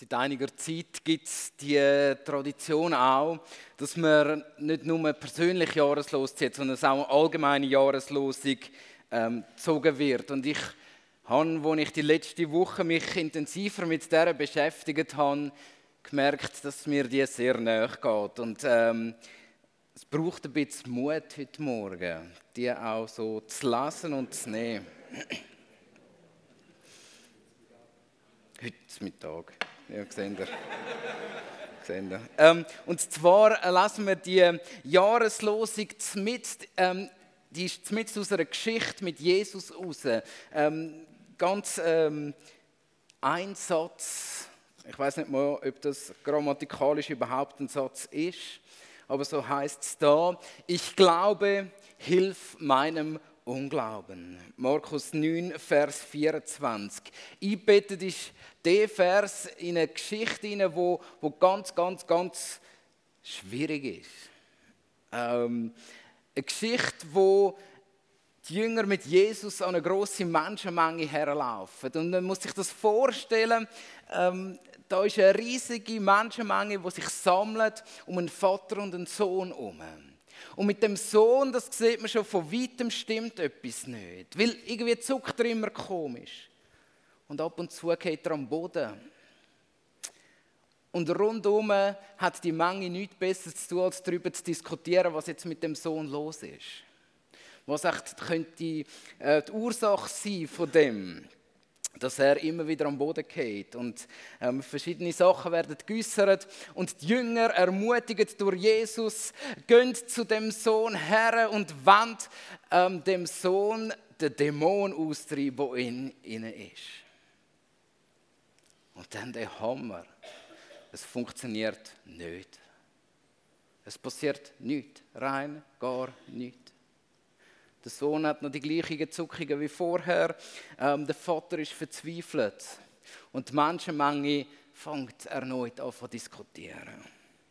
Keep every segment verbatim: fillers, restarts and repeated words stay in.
Seit einiger Zeit gibt es die Tradition auch, dass man nicht nur persönlich Jahreslos zieht, sondern dass auch eine allgemeine Jahreslosung ähm, gezogen wird. Und ich habe, als ich die letzte Woche mich intensiver mit der beschäftigt habe, gemerkt, dass mir die sehr nahe geht. Und ähm, es braucht ein bisschen Mut heute Morgen, die auch so zu lesen und zu nehmen. Heute Mittag. Ja, seht ihr. seht ihr. Ähm, und zwar lesen wir die Jahreslosung mit, ähm, die ist mit aus einer Geschichte mit Jesus raus. Ähm, ganz ähm, ein Satz, ich weiß nicht mal, ob das grammatikalisch überhaupt ein Satz ist, aber so heißt es da: Ich glaube, hilf meinem Unglauben. Markus neun, Vers vierundzwanzig. Eingebettet ist der Vers in eine Geschichte hinein, wo, wo ganz, ganz, ganz schwierig ist. Ähm, eine Geschichte, wo die Jünger mit Jesus an eine grosse Menschenmenge herlaufen. Und man muss sich das vorstellen, ähm, da ist eine riesige Menschenmenge, die sich sammelt um einen Vater und einen Sohn herum. Und mit dem Sohn, das sieht man schon von weitem, stimmt etwas nicht. Weil irgendwie zuckt er immer komisch. Und ab und zu geht er am Boden. Und rundherum hat die Menge nichts Besseres zu tun, als darüber zu diskutieren, was jetzt mit dem Sohn los ist. Was echt könnte äh, die Ursache sein von dem, dass er immer wieder am Boden geht. Und ähm, verschiedene Sachen werden geäussert. Und die Jünger, ermutigt durch Jesus, gehen zu dem Sohn her und wollen ähm, dem Sohn den Dämon austreiben, der in ihnen ist. Und dann der Hammer. Es funktioniert nicht. Es passiert nichts. Rein gar nichts. Der Sohn hat noch die gleichen Zuckungen wie vorher. Ähm, der Vater ist verzweifelt. Und die Menschenmenge fängt erneut an zu diskutieren.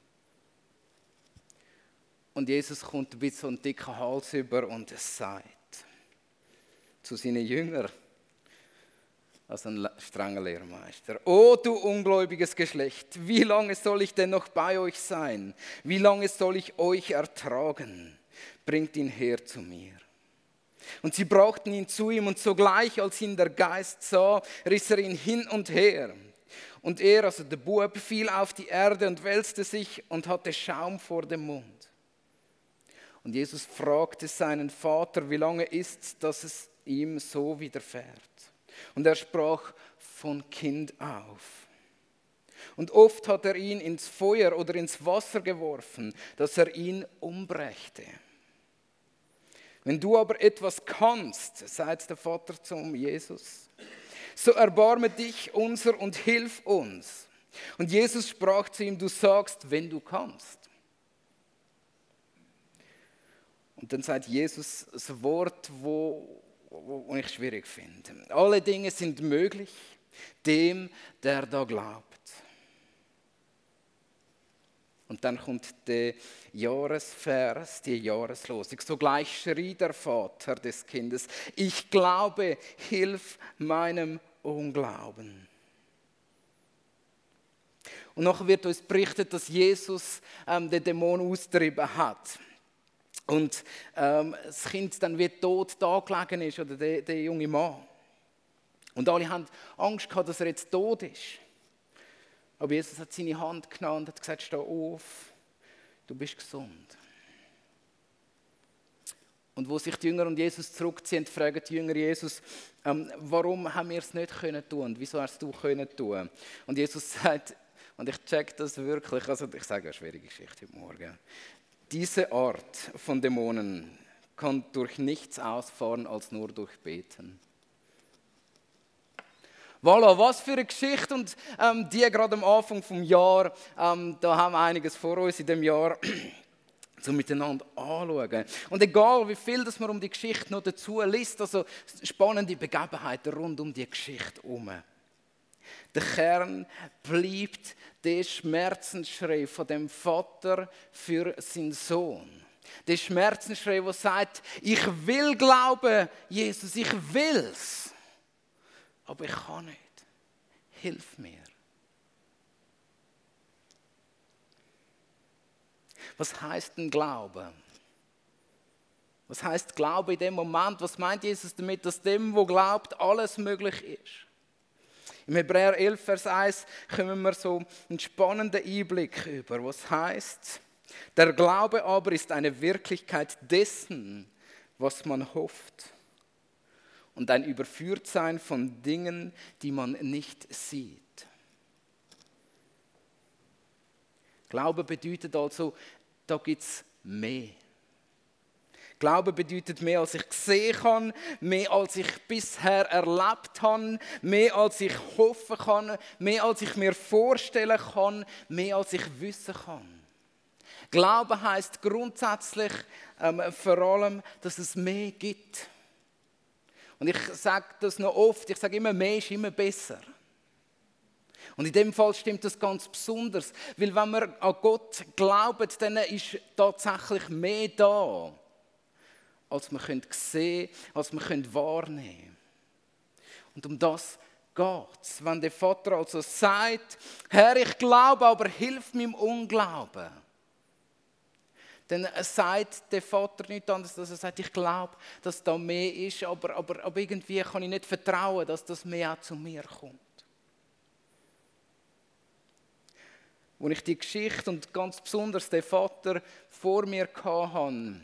Und Jesus kommt ein bisschen so einen dicken Hals über und es sagt zu seinen Jüngern, als ein strenger Lehrmeister: O du ungläubiges Geschlecht, wie lange soll ich denn noch bei euch sein? Wie lange soll ich euch ertragen? Bringt ihn her zu mir. Und sie brachten ihn zu ihm, und sogleich, als ihn der Geist sah, riss er ihn hin und her. Und er, also der Bub, fiel auf die Erde und wälzte sich und hatte Schaum vor dem Mund. Und Jesus fragte seinen Vater, wie lange ist's, dass es ihm so widerfährt? Und er sprach: von Kind auf. Und oft hat er ihn ins Feuer oder ins Wasser geworfen, dass er ihn umbrächte. Wenn du aber etwas kannst, sagt der Vater zum Jesus, so erbarme dich unser und hilf uns. Und Jesus sprach zu ihm: Du sagst, wenn du kannst. Und dann sagt Jesus das Wort, wo, wo ich schwierig finde. Alle Dinge sind möglich dem, der da glaubt. Und dann kommt der Jahresvers, die Jahreslosung. Sogleich schrie der Vater des Kindes: Ich glaube, hilf meinem Unglauben. Und nachher wird uns berichtet, dass Jesus ähm, den Dämon austrieben hat. Und ähm, das Kind dann wie tot da gelegen ist, oder der, der junge Mann. Und alle haben Angst gehabt, dass er jetzt tot ist. Aber Jesus hat seine Hand genommen und hat gesagt: Steh auf, du bist gesund. Und wo sich die Jünger und Jesus zurückziehen, fragen die Jünger Jesus: ähm, Warum haben wir es nicht können tun? Und wieso hast du können tun? Und Jesus sagt, und ich check das wirklich, also ich sage eine schwierige Geschichte heute Morgen: Diese Art von Dämonen kann durch nichts ausfahren als nur durch Beten. Voilà, was für eine Geschichte, und ähm, die gerade am Anfang des Jahres, ähm, da haben wir einiges vor uns in dem Jahr so miteinander anschauen. Und egal wie viel dass man um die Geschichte noch dazu liest, also spannende Begebenheiten rund um die Geschichte herum. Der Kern bleibt der Schmerzensschrei von dem Vater für seinen Sohn. Der Schmerzensschrei, der sagt: Ich will glauben, Jesus, ich will's. Aber ich kann nicht. Hilf mir. Was heisst denn Glauben? Was heisst Glaube in dem Moment? Was meint Jesus damit, dass dem, wo glaubt, alles möglich ist? Im Hebräer elf, Vers eins kommen wir so einen spannenden Einblick über. Was heisst, der Glaube aber ist eine Wirklichkeit dessen, was man hofft. Und ein Überführtsein von Dingen, die man nicht sieht. Glaube bedeutet also, da gibt es mehr. Glaube bedeutet mehr, als ich sehen kann, mehr, als ich bisher erlebt habe, mehr, als ich hoffen kann, mehr, als ich mir vorstellen kann, mehr, als ich wissen kann. Glaube heisst grundsätzlich ähm, vor allem, dass es mehr gibt. Und ich sage das noch oft, ich sage immer, mehr ist immer besser. Und in dem Fall stimmt das ganz besonders, weil wenn wir an Gott glauben, dann ist tatsächlich mehr da, als wir sehen können, als wir wahrnehmen können. Und um das geht es. Wenn der Vater also sagt, Herr, ich glaube, aber hilf meinem Unglauben, dann sagt der Vater nichts anderes, als er sagt, ich glaube, dass da mehr ist, aber, aber, aber irgendwie kann ich nicht vertrauen, dass das mehr auch zu mir kommt. Als ich die Geschichte und ganz besonders den Vater vor mir hatte,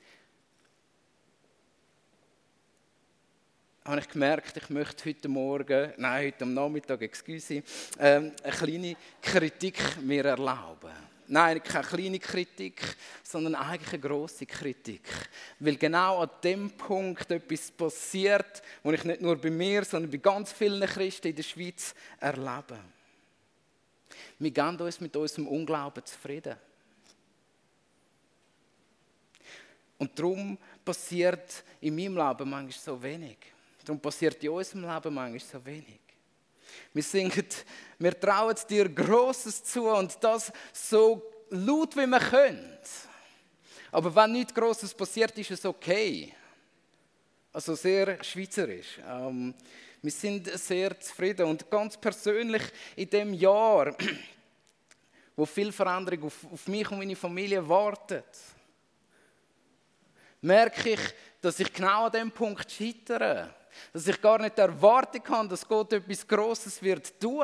habe ich gemerkt, ich möchte heute Morgen, nein, heute am Nachmittag, excuse, ähm, eine kleine Kritik mir erlauben. Nein, keine kleine Kritik, sondern eigentlich eine grosse Kritik. Weil genau an dem Punkt etwas passiert, was ich nicht nur bei mir, sondern bei ganz vielen Christen in der Schweiz erlebe. Wir geben uns mit unserem Unglauben zufrieden. Und darum passiert in meinem Leben manchmal so wenig. Darum passiert in unserem Leben manchmal so wenig. Wir singen, wir trauen dir Grosses zu und das so laut wie wir können. Aber wenn nichts Grosses passiert, ist es okay. Also sehr schweizerisch. Ähm, wir sind sehr zufrieden und ganz persönlich in dem Jahr, wo viel Veränderung auf, auf mich und meine Familie wartet, merke ich, dass ich genau an dem Punkt scheitere. Dass ich gar nicht erwarten kann, dass Gott etwas Grosses wird tun.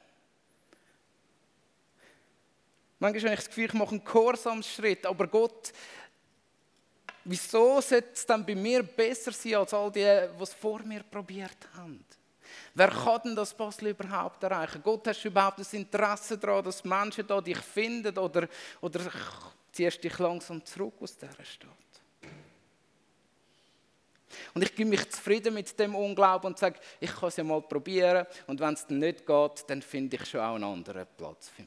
Manchmal habe ich das Gefühl, ich mache einen Gehorsamsschritt, aber Gott, wieso sollte es dann bei mir besser sein als all die, die es vor mir probiert haben? Wer kann denn das Basel überhaupt erreichen? Gott, hast du überhaupt das Interesse daran, dass Menschen da dich finden oder, oder ziehst dich langsam zurück aus dieser Stadt? Und ich gebe mich zufrieden mit dem Unglauben und sage, ich kann es ja mal probieren und wenn es dann nicht geht, dann finde ich schon auch einen anderen Platz für mich.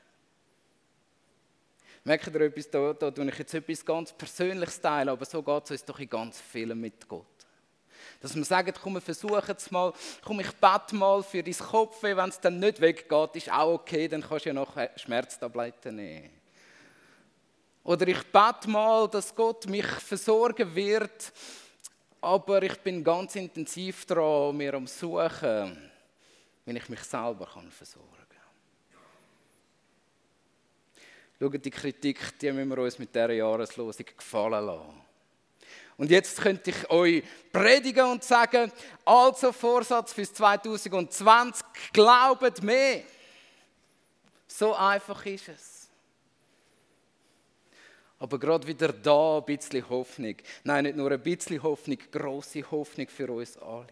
Merkt ihr etwas, da, da tue ich jetzt etwas ganz Persönliches teilen, aber so geht es uns doch in ganz vielen mit Gott. Dass wir sagen, komm, wir versuchen es mal, komm, ich bete mal für dein Kopfweh, wenn es dann nicht weggeht, ist auch okay, dann kannst du ja noch Schmerztabletten nehmen. Oder ich bete mal, dass Gott mich versorgen wird, aber ich bin ganz intensiv daran, mir am Suchen, wenn ich mich selber versorgen kann. Schaut, die Kritik, die müssen wir uns mit dieser Jahreslosung gefallen lassen. Und jetzt könnte ich euch predigen und sagen, also Vorsatz für zwanzig zwanzig, glaubt mehr. So einfach ist es. Aber gerade wieder da ein bisschen Hoffnung. Nein, nicht nur ein bisschen Hoffnung, grosse Hoffnung für uns alle.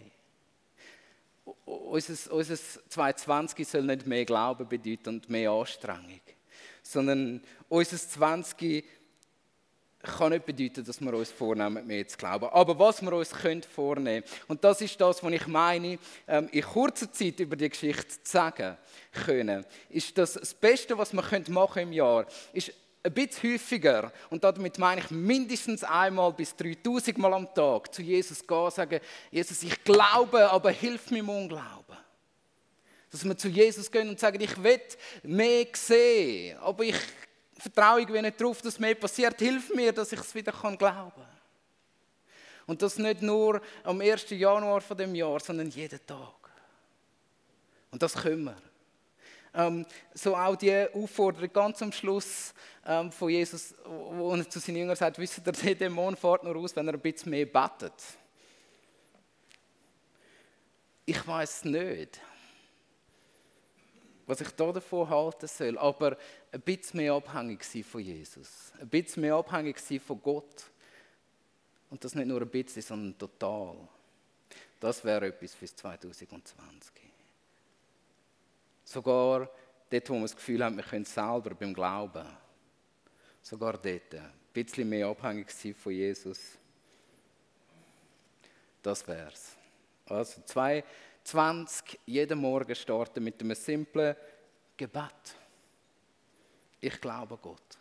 Unser, unser zwanzig zwanzig soll nicht mehr Glauben bedeuten und mehr Anstrengung. Sondern unser zwanzig kann nicht bedeuten, dass wir uns vornehmen, mehr zu glauben. Aber was wir uns vornehmen können, und das ist das, was ich meine, in kurzer Zeit über die Geschichte zu sagen können, ist, dass das Beste, was wir machen im Jahr, ist ein bisschen häufiger, und damit meine ich mindestens einmal bis dreitausend Mal am Tag, zu Jesus gehen und sagen, Jesus, ich glaube, aber hilf mir im Unglauben. Dass wir zu Jesus gehen und sagen, ich will mehr sehen, aber ich vertraue irgendwie nicht darauf, dass mehr passiert. Hilf mir, dass ich es wieder glauben kann. Und das nicht nur am ersten Januar von dem Jahr, sondern jeden Tag. Und das können wir. Ähm, so auch die Aufforderung ganz am Schluss ähm, von Jesus, wo er zu seinen Jüngern sagt, wisst ihr, der Dämon fährt nur aus, wenn er ein bisschen mehr betet. Ich weiß nicht, was ich da davon halten soll, aber ein bisschen mehr abhängig sein von Jesus. Ein bisschen mehr abhängig sein von Gott. Und das nicht nur ein bisschen, sondern total. Das wäre etwas für zwanzig zwanzig. Sogar dort, wo wir das Gefühl haben, wir können selber beim Glauben. Sogar dort. Ein bisschen mehr abhängig sein von Jesus. Das wäre es. Also zwanzig zwanzig, jeden Morgen starten mit einem simplen Gebet. Ich glaube Gott.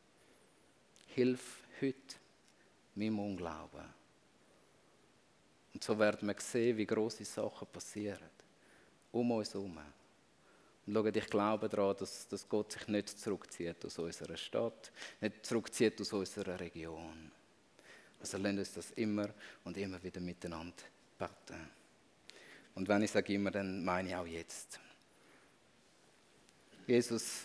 Hilf heute meinem Unglauben. Und so werden wir sehen, wie grosse Sachen passieren. Um uns herum. Und schaut, ich glaube daran, dass, dass Gott sich nicht zurückzieht aus unserer Stadt, nicht zurückzieht aus unserer Region. Also lasst uns das immer und immer wieder miteinander beten. Und wenn ich sage immer, dann meine ich auch jetzt. Jesus,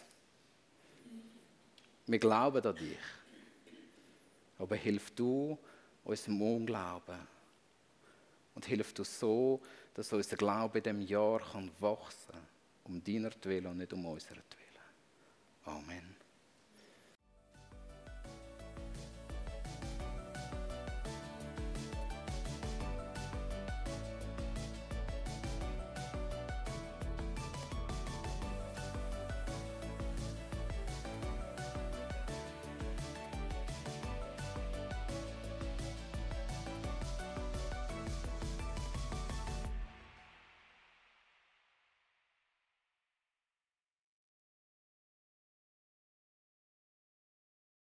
wir glauben an dich. Aber hilf du unserem Unglauben. Und hilf du so, dass unser Glaube in diesem Jahr kann wachsen kann. Um deiner Willen und nicht um unserer Willen. Amen.